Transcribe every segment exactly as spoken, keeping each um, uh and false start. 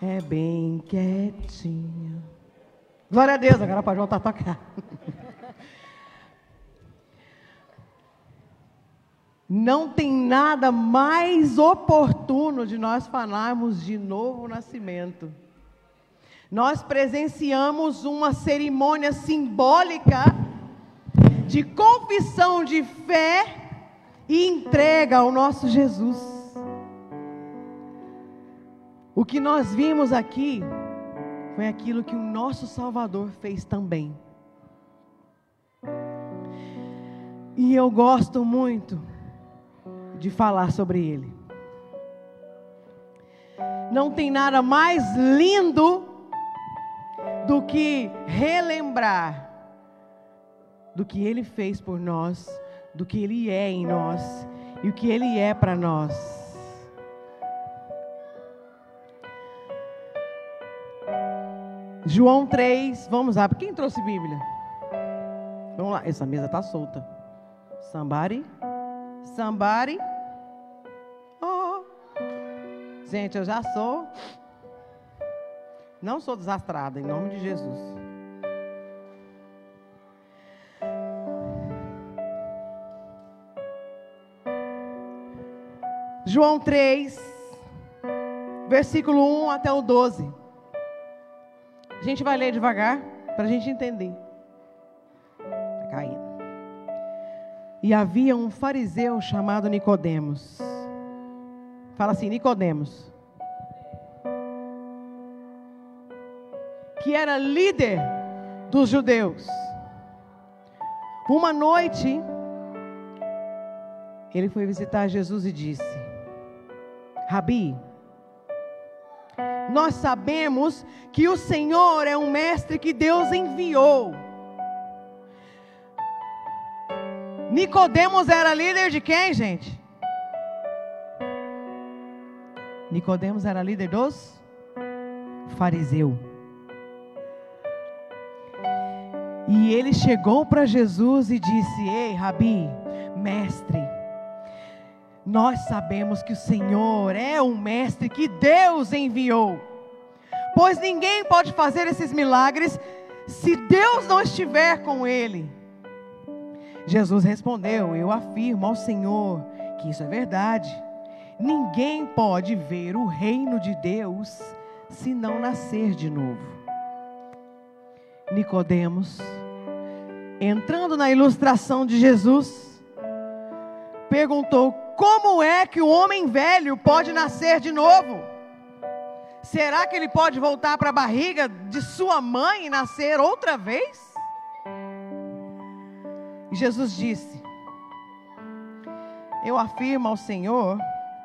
é bem quietinho. Glória a Deus, agora pode voltar a tocar. Não tem nada mais oportuno de nós falarmos de novo nascimento. Nós presenciamos uma cerimônia simbólica de confissão de fé e entrega ao nosso Jesus. O que nós vimos aqui foi aquilo que o nosso Salvador fez também. E eu gosto muito de falar sobre ele. Não tem nada mais lindo do que relembrar do que ele fez por nós, do que ele é em nós e o que ele é para nós. João três, vamos lá. Quem trouxe Bíblia? Vamos lá, essa mesa está solta. Somebody, somebody. Oh. Gente, eu já sou. Não sou desastrada, em nome de Jesus. João três, versículo um até o doze. A gente vai ler devagar, para a gente entender. Está caindo. E havia um fariseu chamado Nicodemos. Fala assim, Nicodemos. Que era líder dos judeus. Uma noite, ele foi visitar Jesus e disse: Rabi, nós sabemos que o Senhor é um mestre que Deus enviou. Nicodemos era líder de quem, gente? Nicodemos era líder dos fariseus. E ele chegou para Jesus e disse: Ei, Rabi, mestre, nós sabemos que o Senhor é um mestre que Deus enviou. Pois ninguém pode fazer esses milagres se Deus não estiver com ele. Jesus respondeu: Eu afirmo ao Senhor que isso é verdade. Ninguém pode ver o reino de Deus se não nascer de novo. Nicodemos, entrando na ilustração de Jesus, perguntou: como é que o homem velho pode nascer de novo? Será que ele pode voltar para a barriga de sua mãe e nascer outra vez? E Jesus disse: eu afirmo ao Senhor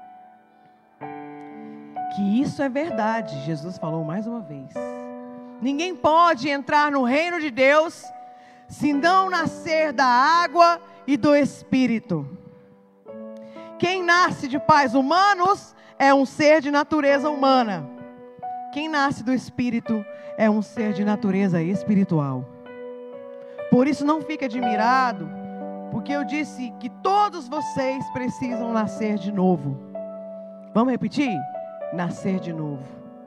que isso é verdade. Jesus falou mais uma vez: ninguém pode entrar no reino de Deus se não nascer da água e do Espírito. Quem nasce de pais humanos é um ser de natureza humana. Quem nasce do Espírito é um ser de natureza espiritual. Por isso não fique admirado, porque eu disse que todos vocês precisam nascer de novo. Vamos repetir? Nascer de novo.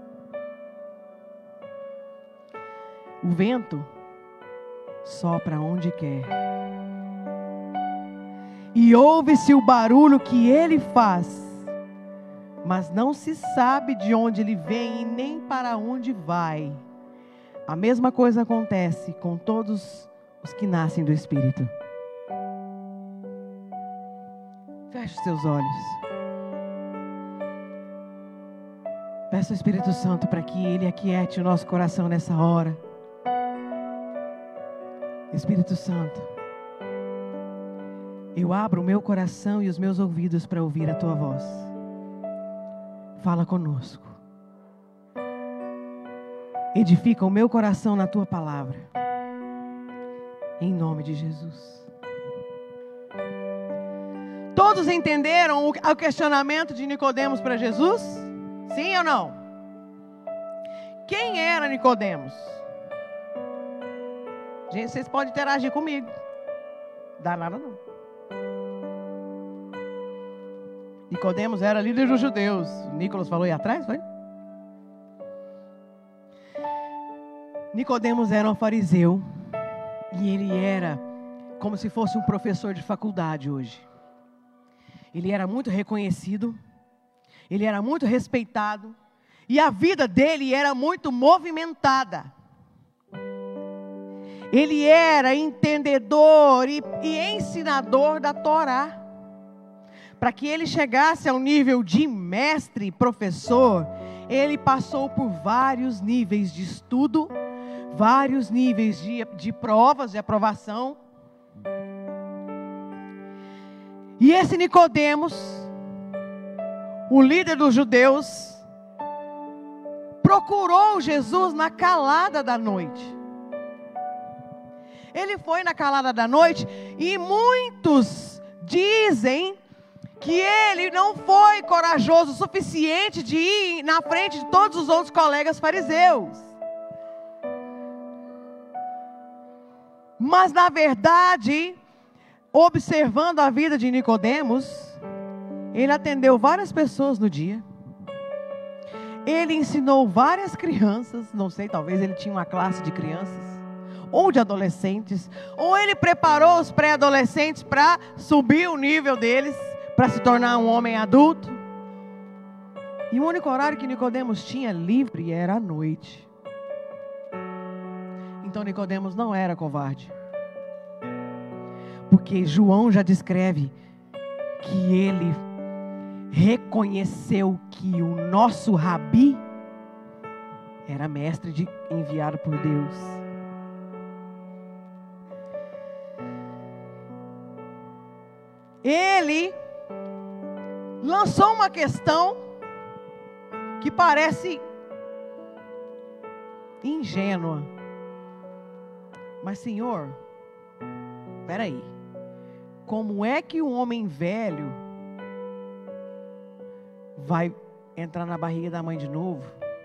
O vento sopra onde quer. E ouve-se o barulho que ele faz, mas não se sabe de onde ele vem e nem para onde vai. A mesma coisa acontece com todos os que nascem do Espírito. Feche os seus olhos. Peça ao Espírito Santo para que Ele aquiete o nosso coração nessa hora. Espírito Santo, eu abro o meu coração e os meus ouvidos para ouvir a Tua voz. Fala conosco. Edifica o meu coração na Tua palavra. Em nome de Jesus. Todos entenderam o questionamento de Nicodemos para Jesus? Sim ou não? Quem era Nicodemos? Gente, vocês podem interagir comigo. Dá nada não. Nicodemos era líder dos judeus. O Nicolas falou aí atrás, foi? Nicodemos era um fariseu e ele era como se fosse um professor de faculdade hoje. Ele era muito reconhecido, ele era muito respeitado e a vida dele era muito movimentada. Ele era entendedor e, e ensinador da Torá. Para que ele chegasse ao nível de mestre, professor, ele passou por vários níveis de estudo, vários níveis de, de provas, de aprovação. E esse Nicodemos, o líder dos judeus, procurou Jesus na calada da noite. Ele foi na calada da noite e muitos dizem que ele não foi corajoso o suficiente de ir na frente de todos os outros colegas fariseus. Mas na verdade, observando a vida de Nicodemos, ele atendeu várias pessoas no dia. Ele ensinou várias crianças, não sei, talvez ele tinha uma classe de crianças ou de adolescentes, ou ele preparou os pré-adolescentes para subir o nível deles, para se tornar um homem adulto. E o único horário que Nicodemos tinha livre era à noite. Então Nicodemos não era covarde, porque João já descreve que ele reconheceu que o nosso rabi era mestre de, enviado por Deus. Ele lançou uma questão que parece ingênua. Mas, Senhor, espera aí. Como é que um homem velho vai entrar na barriga da mãe de novo?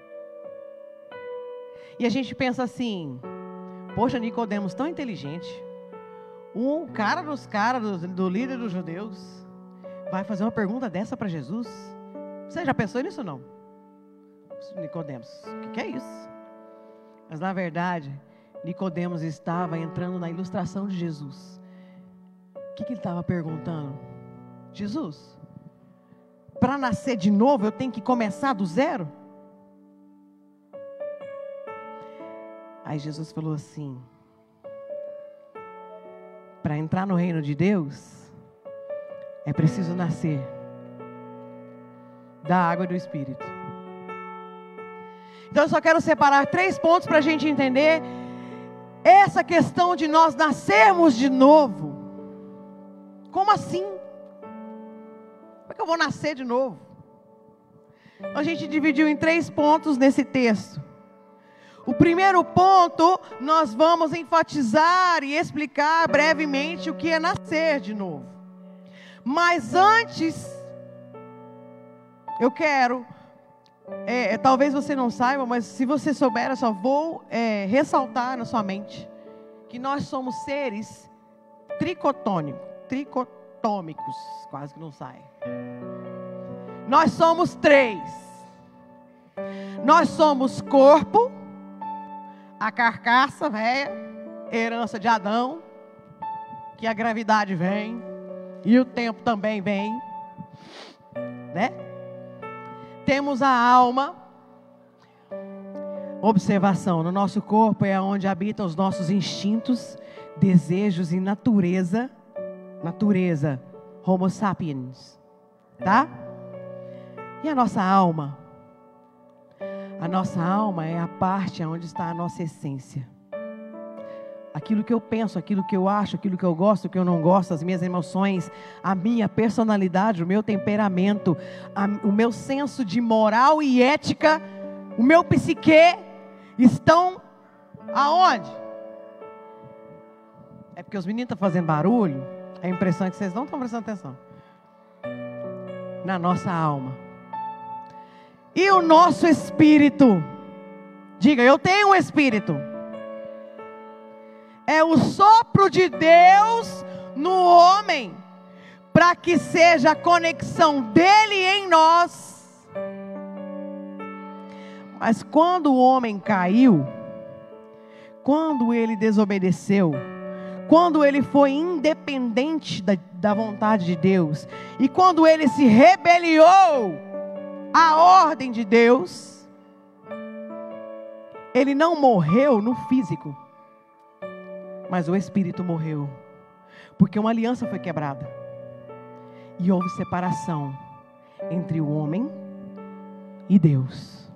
E a gente pensa assim, poxa, Nicodemos tão inteligente, um cara dos caras, do, do líder dos judeus, vai fazer uma pergunta dessa para Jesus? Você já pensou nisso ou não? Nicodemos, o que, que é isso? Mas na verdade, Nicodemos estava entrando na ilustração de Jesus. O que, que ele estava perguntando? Jesus, para nascer de novo eu tenho que começar do zero? Aí Jesus falou assim, para entrar no reino de Deus, é preciso nascer da água e do Espírito. Então eu só quero separar três pontos para a gente entender essa questão de nós nascermos de novo. Como assim? Como é que eu vou nascer de novo? A gente dividiu em três pontos nesse texto. O primeiro ponto, nós vamos enfatizar e explicar brevemente o que é nascer de novo. Mas antes, eu quero, é, talvez você não saiba, mas se você souber, eu só vou é, ressaltar na sua mente que nós somos seres tricotônicos, tricotômicos, quase que não sai. Nós somos três. Nós somos corpo, a carcaça velha, herança de Adão, que a gravidade vem e o tempo também vem, né? Temos a alma. Observação, no nosso corpo é onde habitam os nossos instintos, desejos e natureza, natureza, Homo sapiens, tá? E a nossa alma? A nossa alma é a parte onde está a nossa essência. Aquilo que eu penso, aquilo que eu acho, aquilo que eu gosto, o que eu não gosto, as minhas emoções, a minha personalidade, o meu temperamento, a, o meu senso de moral e ética, o meu psique, estão aonde? É porque os meninos estão fazendo barulho, a impressão é que vocês não estão prestando atenção. Na nossa alma. E o nosso espírito? Diga, eu tenho um espírito. É o sopro de Deus no homem, para que seja a conexão dele em nós. Mas quando o homem caiu, quando ele desobedeceu, quando ele foi independente da, da vontade de Deus, e quando ele se rebeliou à ordem de Deus, ele não morreu no físico, mas o espírito morreu, porque uma aliança foi quebrada, e houve separação entre o homem e Deus.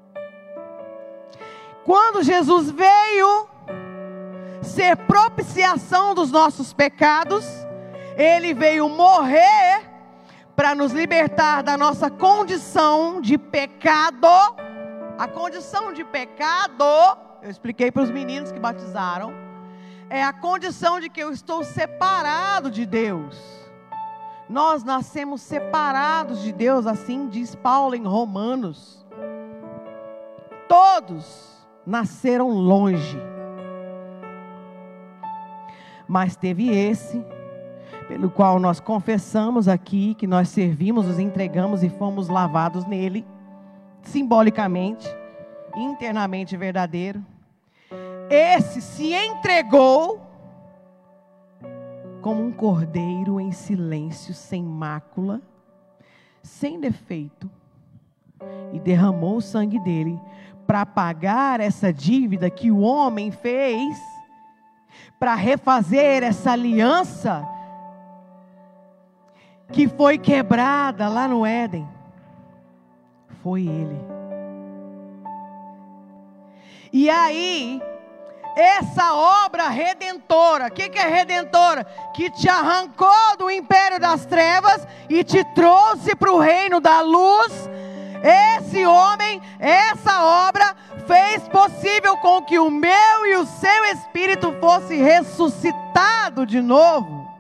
Quando Jesus veio ser propiciação dos nossos pecados, ele veio morrer para nos libertar da nossa condição de pecado. A condição de pecado, eu expliquei para os meninos que batizaram, é a condição de que eu estou separado de Deus. Nós nascemos separados de Deus, assim diz Paulo em Romanos. Todos nasceram longe, mas teve esse, pelo qual nós confessamos aqui, que nós servimos, nos entregamos e fomos lavados nele, simbolicamente, internamente verdadeiro. Esse se entregou como um cordeiro em silêncio, sem mácula, sem defeito, e derramou o sangue dele para pagar essa dívida que o homem fez, para refazer essa aliança que foi quebrada lá no Éden. Foi ele. E aí, essa obra redentora, o que, que é redentora? Que te arrancou do império das trevas e te trouxe para o reino da luz. Esse homem, essa obra fez possível com que o meu e o seu espírito fosse ressuscitado de novo.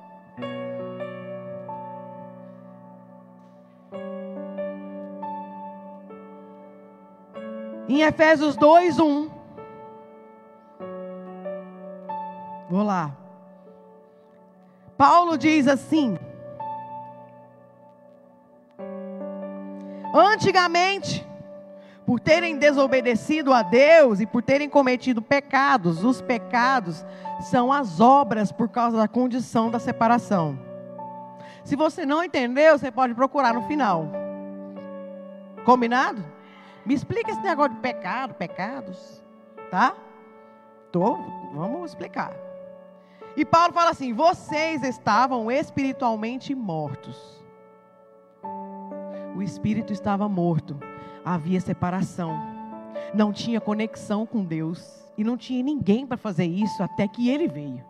Em Efésios dois, um. Vou lá. Paulo diz assim: antigamente, por terem desobedecido a Deus e por terem cometido pecados, os pecados são as obras por causa da condição da separação. Se você não entendeu, você pode procurar no final. Combinado? Me explica esse negócio de pecado, pecados, tá? Tô, vamos explicar. E Paulo fala assim: vocês estavam espiritualmente mortos. O espírito estava morto, havia separação, não tinha conexão com Deus, e não tinha ninguém para fazer isso até que ele veio.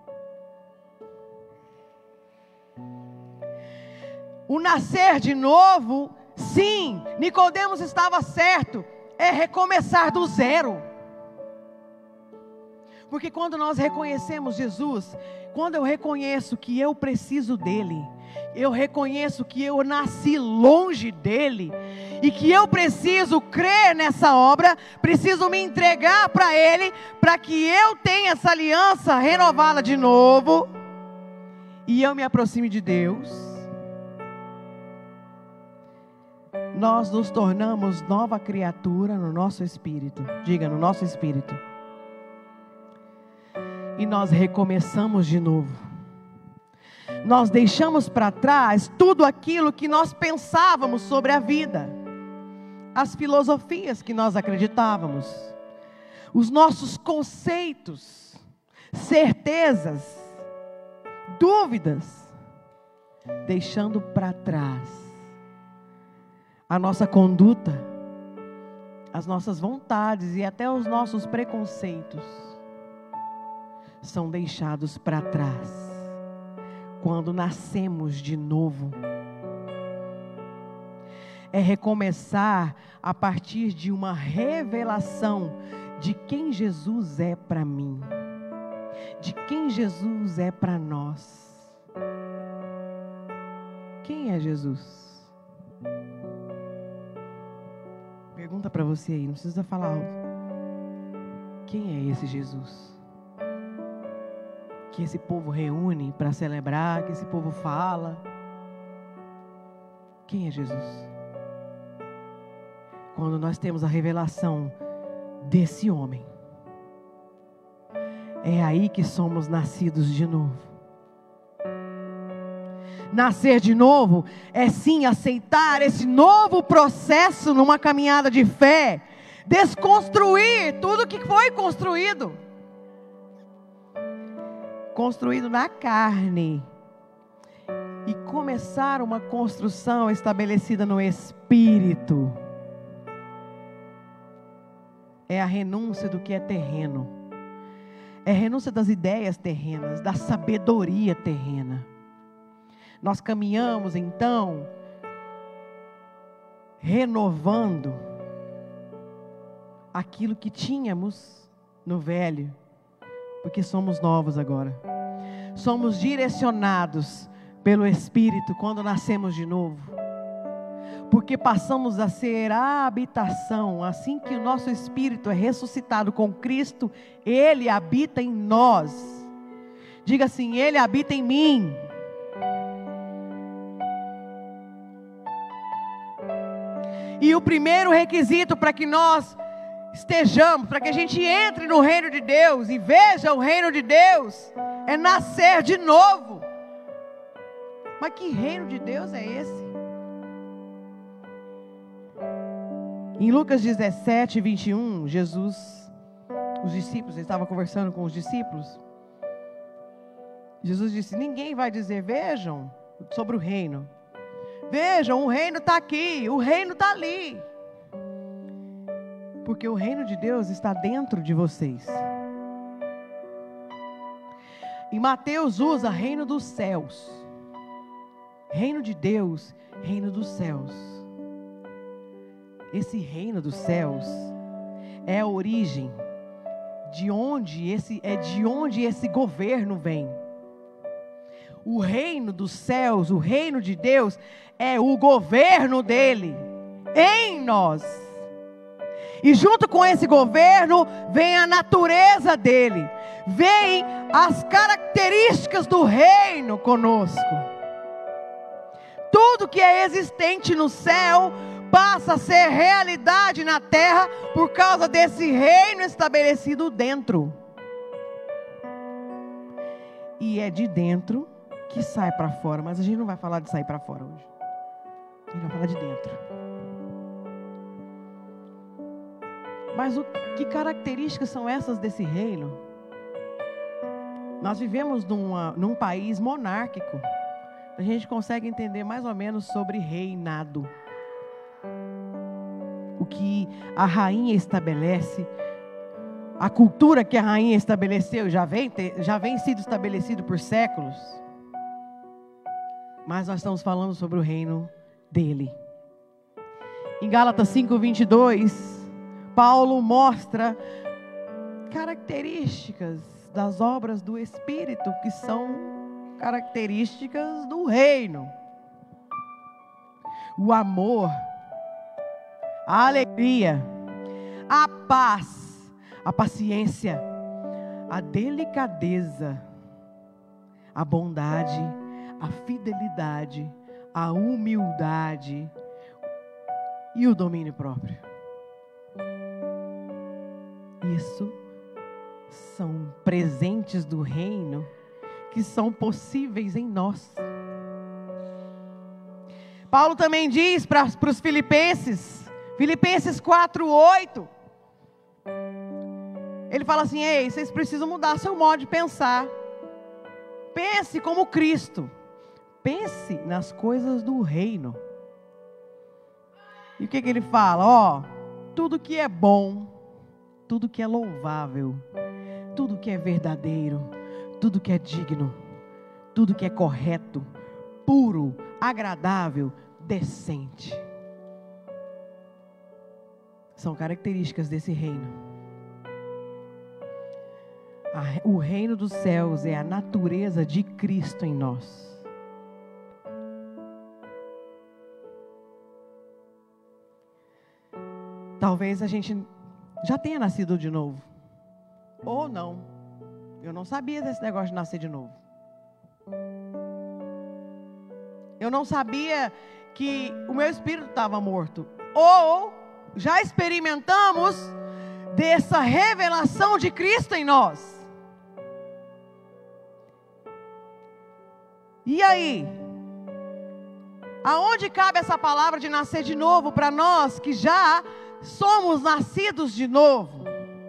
O nascer de novo, sim, Nicodemos estava certo, é recomeçar do zero. Porque quando nós reconhecemos Jesus, quando eu reconheço que eu preciso dele, eu reconheço que eu nasci longe dele, e que eu preciso crer nessa obra, preciso me entregar para ele, para que eu tenha essa aliança renovada de novo, e eu me aproxime de Deus, nós nos tornamos nova criatura no nosso espírito. Diga, no nosso espírito. E nós recomeçamos de novo. Nós deixamos para trás tudo aquilo que nós pensávamos sobre a vida, as filosofias que nós acreditávamos, os nossos conceitos, certezas, dúvidas, deixando para trás a nossa conduta, as nossas vontades e até os nossos preconceitos são deixados para trás quando nascemos de novo. É recomeçar a partir de uma revelação de quem Jesus é para mim, de quem Jesus é para nós. Quem é Jesus? Pergunta para você aí, não precisa falar alto. Quem é esse Jesus? Que esse povo reúne para celebrar, que esse povo fala. Quem é Jesus? Quando nós temos a revelação desse homem, É aí que somos nascidos de novo. Nascer de novo é sim aceitar esse novo processo numa caminhada de fé, desconstruir tudo que foi construído, construído na carne, e começar uma construção estabelecida no Espírito. É a renúncia do que é terreno, é a renúncia das ideias terrenas, da sabedoria terrena. Nós caminhamos então renovando aquilo que tínhamos no velho, porque somos novos agora. Somos direcionados pelo Espírito quando nascemos de novo, porque passamos a ser a habitação. Assim que o nosso espírito é ressuscitado com Cristo, Ele habita em nós. Diga assim: Ele habita em mim. E o primeiro requisito para que nós estejamos, para que a gente entre no reino de Deus e veja o reino de Deus, é nascer de novo. Mas que reino de Deus é esse? Em Lucas dezessete, vinte e um, Jesus, os discípulos, ele estava conversando com os discípulos. Jesus disse: ninguém vai dizer, vejam, sobre o reino. Vejam, o reino está aqui, o reino está ali. Porque o reino de Deus está dentro de vocês. E Mateus usa reino dos céus. Reino de Deus, reino dos céus. Esse reino dos céus é a origem de onde esse, é de onde esse governo vem. O reino dos céus, o reino de Deus, é o governo dele em nós. E junto com esse governo vem a natureza dele, vem as características do reino conosco. Tudo que é existente no céu passa a ser realidade na terra por causa desse reino estabelecido dentro. E é de dentro que sai para fora, mas a gente não vai falar de sair para fora hoje. A gente vai falar de dentro. Mas o, que características são essas desse reino? Nós vivemos numa, num país monárquico. A gente consegue entender mais ou menos sobre reinado. O que a rainha estabelece, a cultura que a rainha estabeleceu já vem, já vem sido estabelecido por séculos. Mas nós estamos falando sobre o reino dele. Em Gálatas cinco, vinte e dois, Paulo mostra características das obras do Espírito, que são características do reino. O amor, a alegria, a paz, a paciência, a delicadeza, a bondade, a fidelidade, a humildade e o domínio próprio. Isso são presentes do reino que são possíveis em nós. Paulo também diz para os filipenses, Filipenses quatro, oito, ele fala assim: ei, vocês precisam mudar seu modo de pensar. Pense como Cristo. Pense nas coisas do reino. E o que, que ele fala? Ó, tudo que é bom, tudo que é louvável, tudo que é verdadeiro, tudo que é digno, tudo que é correto, puro, agradável, decente. São características desse reino. O reino dos céus é a natureza de Cristo em nós. Talvez a gente já tenha nascido de novo, ou não. Eu não sabia desse negócio de nascer de novo. Eu não sabia que o meu espírito estava morto. Ou já experimentamos dessa revelação de Cristo em nós. E aí? Aonde cabe essa palavra de nascer de novo para nós que já somos nascidos de novo?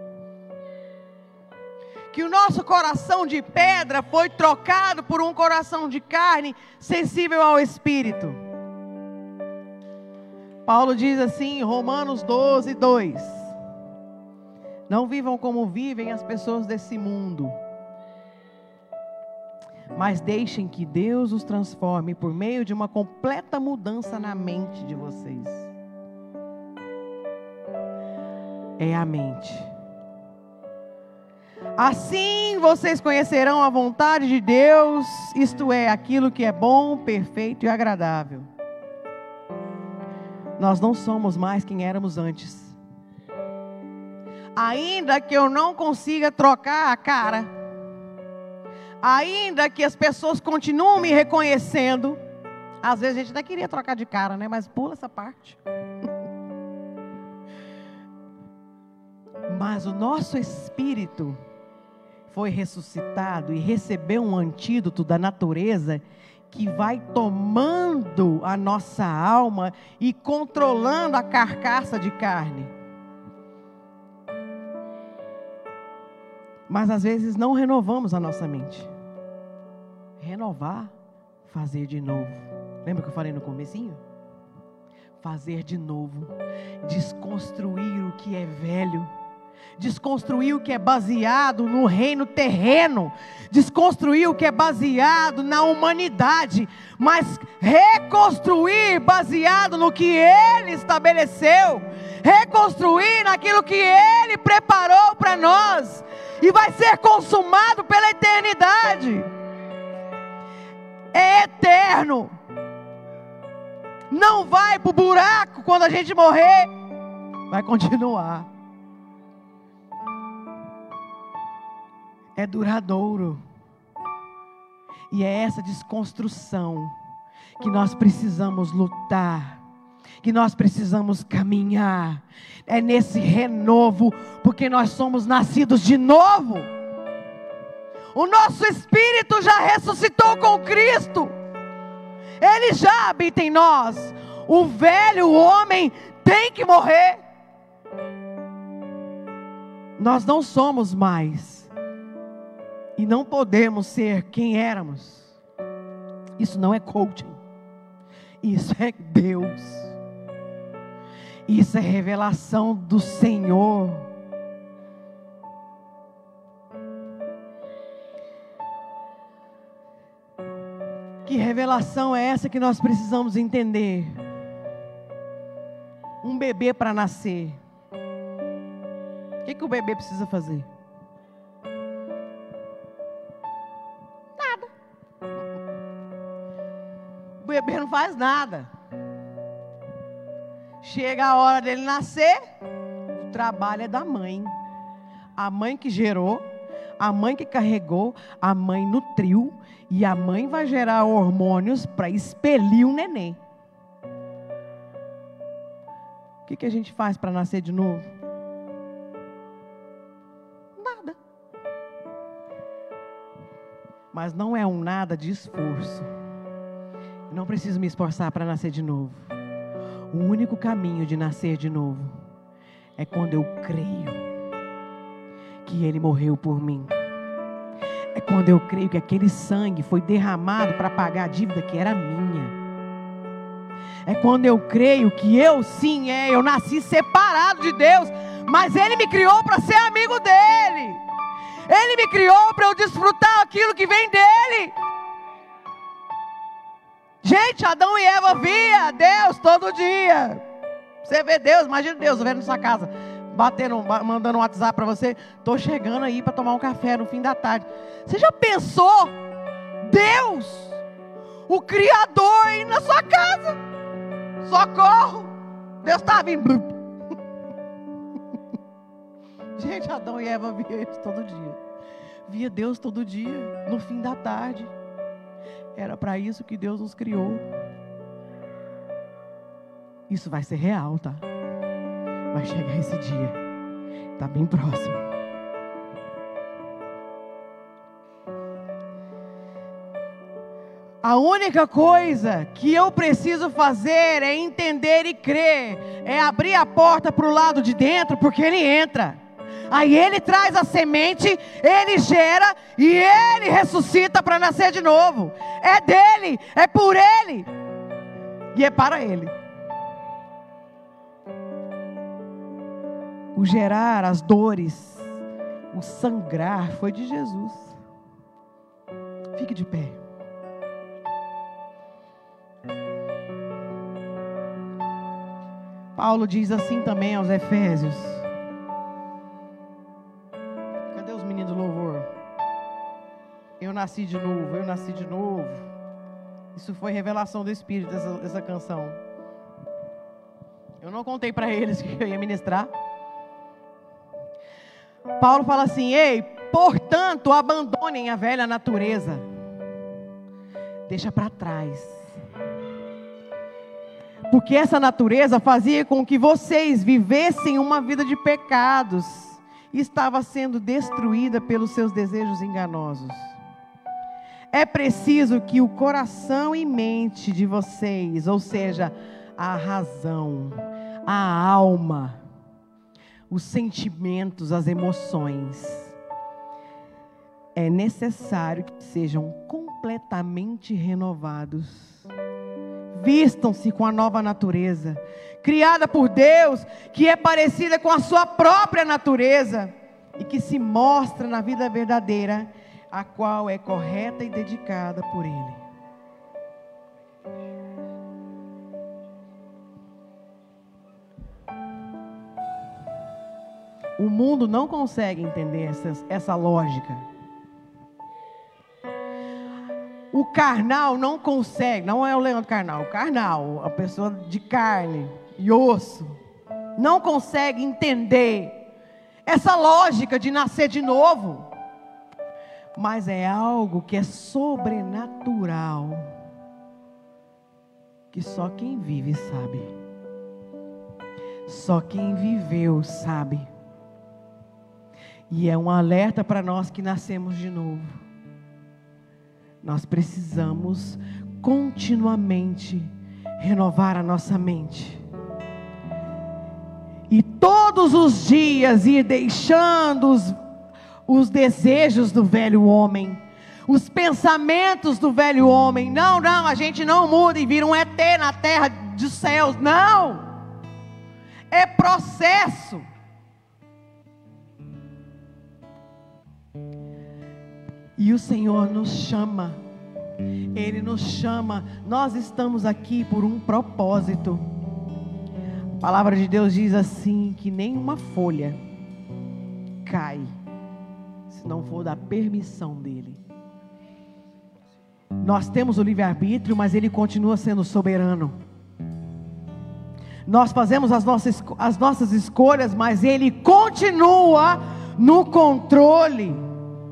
Que o nosso coração de pedra foi trocado por um coração de carne sensível ao Espírito. Paulo diz assim em Romanos doze, dois: não vivam como vivem as pessoas desse mundo, mas deixem que Deus os transforme por meio de uma completa mudança na mente de vocês. É a mente. Assim vocês conhecerão a vontade de Deus, isto é, aquilo que é bom, perfeito e agradável. Nós não somos mais quem éramos antes. Ainda que eu não consiga trocar a cara, ainda que as pessoas continuem me reconhecendo, às vezes a gente até queria trocar de cara, né? Mas pula essa parte. Mas o nosso espírito foi ressuscitado e recebeu um antídoto da natureza que vai tomando a nossa alma e controlando a carcaça de carne. Mas às vezes não renovamos a nossa mente. Renovar, fazer de novo. Lembra que eu falei no comecinho? Fazer de novo. Desconstruir o que é velho. Desconstruir o que é baseado no reino terreno. Desconstruir o que é baseado na humanidade. Mas reconstruir baseado no que Ele estabeleceu. Reconstruir naquilo que Ele preparou para nós. E vai ser consumado pela eternidade. É eterno. Não vai para o buraco quando a gente morrer. Vai continuar. É duradouro. E é essa desconstrução que nós precisamos lutar, que nós precisamos caminhar. É nesse renovo, porque nós somos nascidos de novo. O nosso espírito já ressuscitou com Cristo. Ele já habita em nós. O velho homem tem que morrer. Nós não somos mais. E não podemos ser quem éramos. Isso não é coaching. Isso é Deus. Isso é revelação do Senhor. Que revelação é essa que nós precisamos entender? Um bebê para nascer. O que, que o bebê precisa fazer? O bebê não faz nada. Chega a hora dele nascer, o trabalho é da mãe. A mãe que gerou, a mãe que carregou, a mãe nutriu, e a mãe vai gerar hormônios para expelir o neném. O que, que a gente faz para nascer de novo? Nada. Mas não é um nada de esforço. Eu não preciso me esforçar para nascer de novo. O único caminho de nascer de novo é quando eu creio que Ele morreu por mim. É quando eu creio que aquele sangue foi derramado para pagar a dívida que era minha. É quando eu creio que eu sim é, eu nasci separado de Deus, mas Ele me criou para ser amigo dEle. Ele me criou para eu desfrutar aquilo que vem dEle. Gente, Adão e Eva via Deus todo dia. Você vê Deus, imagina Deus vendo na sua casa, batendo, mandando um WhatsApp para você. Estou chegando aí para tomar um café no fim da tarde. Você já pensou Deus, o Criador, aí na sua casa? Socorro, Deus está vindo. Gente, Adão e Eva via isso todo dia. Via Deus todo dia, no fim da tarde. Era para isso que Deus nos criou. Isso vai ser real, tá? Vai chegar esse dia. Está bem próximo. A única coisa que eu preciso fazer é entender e crer, é abrir a porta para o lado de dentro, porque Ele entra. Aí Ele traz a semente, Ele gera e Ele ressuscita para nascer de novo. É dele, é por Ele e é para Ele. O gerar, as dores, o sangrar foi de Jesus. Fique de pé. Paulo diz assim também aos Efésios. Cadê os meninos do louvor? Eu nasci de novo, eu nasci de novo. Isso foi revelação do Espírito, dessa, dessa canção. Eu não contei para eles que eu ia ministrar. Paulo fala assim: ei, portanto, abandonem a velha natureza. Deixa para trás. Porque essa natureza fazia com que vocês vivessem uma vida de pecados. E estava sendo destruída pelos seus desejos enganosos. É preciso que o coração e mente de vocês, ou seja, a razão, a alma, os sentimentos, as emoções, é necessário que sejam completamente renovados. Vistam-se com a nova natureza, criada por Deus, que é parecida com a sua própria natureza, e que se mostra na vida verdadeira, a qual é correta e dedicada por Ele. O mundo não consegue entender essa, essa lógica. O carnal não consegue, não é o Leandro Carnal, o carnal, a pessoa de carne e osso, não consegue entender essa lógica de nascer de novo. Mas é algo que é sobrenatural, que só quem vive sabe. Só quem viveu sabe. E é um alerta para nós que nascemos de novo. Nós precisamos continuamente renovar a nossa mente. E todos os dias ir deixando os, os desejos do velho homem, os pensamentos do velho homem. Não, não, a gente não muda e vira um E T na terra dos céus. Não! É processo. E o Senhor nos chama, Ele nos chama, nós estamos aqui por um propósito. A palavra de Deus diz assim, que nenhuma folha cai, se não for da permissão dEle. Nós temos o livre-arbítrio, mas Ele continua sendo soberano. Nós fazemos as nossas, as nossas escolhas, mas Ele continua no controle.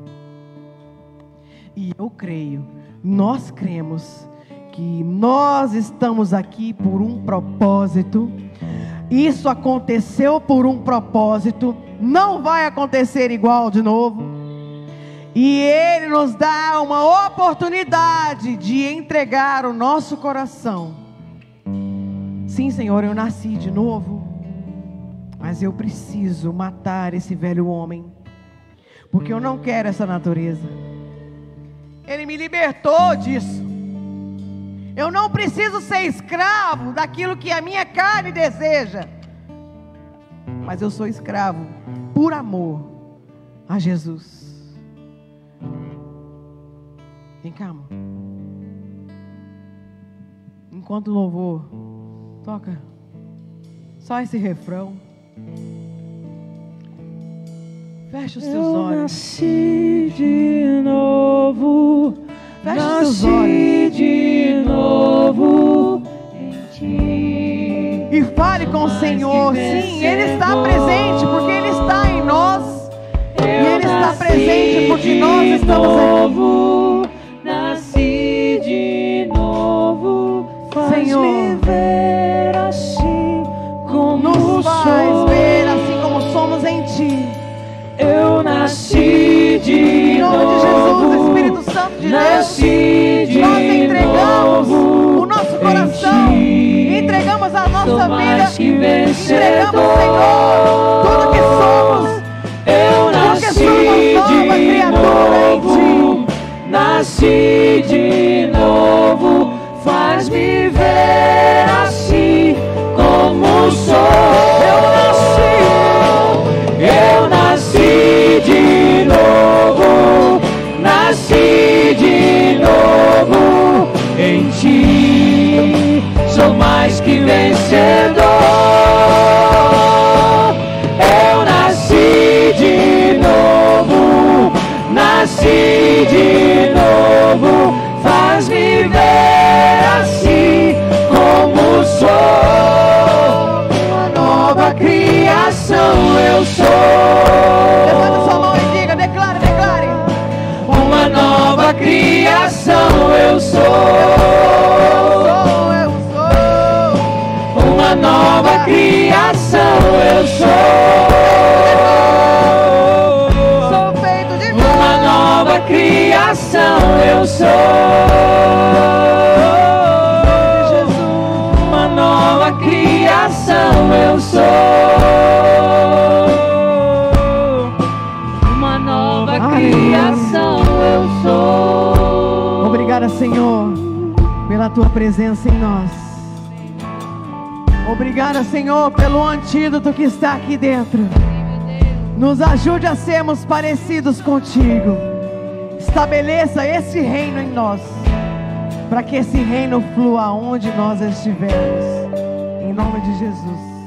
E eu creio, nós cremos que nós estamos aqui por um propósito. Isso aconteceu por um propósito, não vai acontecer igual de novo. E Ele nos dá uma oportunidade de entregar o nosso coração. Sim, Senhor, eu nasci de novo, mas eu preciso matar esse velho homem, porque eu não quero essa natureza. Ele me libertou disso. Eu não preciso ser escravo daquilo que a minha carne deseja, mas eu sou escravo por amor a Jesus. Vem cá, amor. Enquanto o louvor toca só esse refrão, fecha os seus eu olhos. Nasci de novo, Fecha nasci os seus olhos de novo em ti. E fale com o Senhor. Sim, Ele está presente porque Ele está em nós. E Ele está presente porque nós estamos aqui. Nasci de novo, Senhor, faz-me ver assim como nos faz sou. ver assim como somos em Ti. Eu nasci de Em nome de novo, Jesus, Espírito Santo de nasci Deus, de nós entregamos nossa vida. mais que Entregamos, vencedor. Senhor, tudo que somos. Eu nasci de novo, nasci de novo, faz-me ver assim como sou. Eu nasci, eu nasci de novo, nasci de novo em ti, sou mais que vencedor. Eu nasci de novo, nasci de novo, faz-me ver assim como sou. Uma nova criação eu sou. Levanta sua mão e diga, declare, declare. Uma nova criação eu sou. Eu sou, eu sou. Uma nova criação eu sou. Sou feito de Uma nova criação eu sou. Uma nova criação eu sou. Uma nova criação eu sou. Obrigada, Senhor, pela tua presença em nós. Obrigada, Senhor, pelo antídoto que está aqui dentro. Nos ajude a sermos parecidos contigo. Estabeleça esse reino em nós, para que esse reino flua onde nós estivermos. Em nome de Jesus.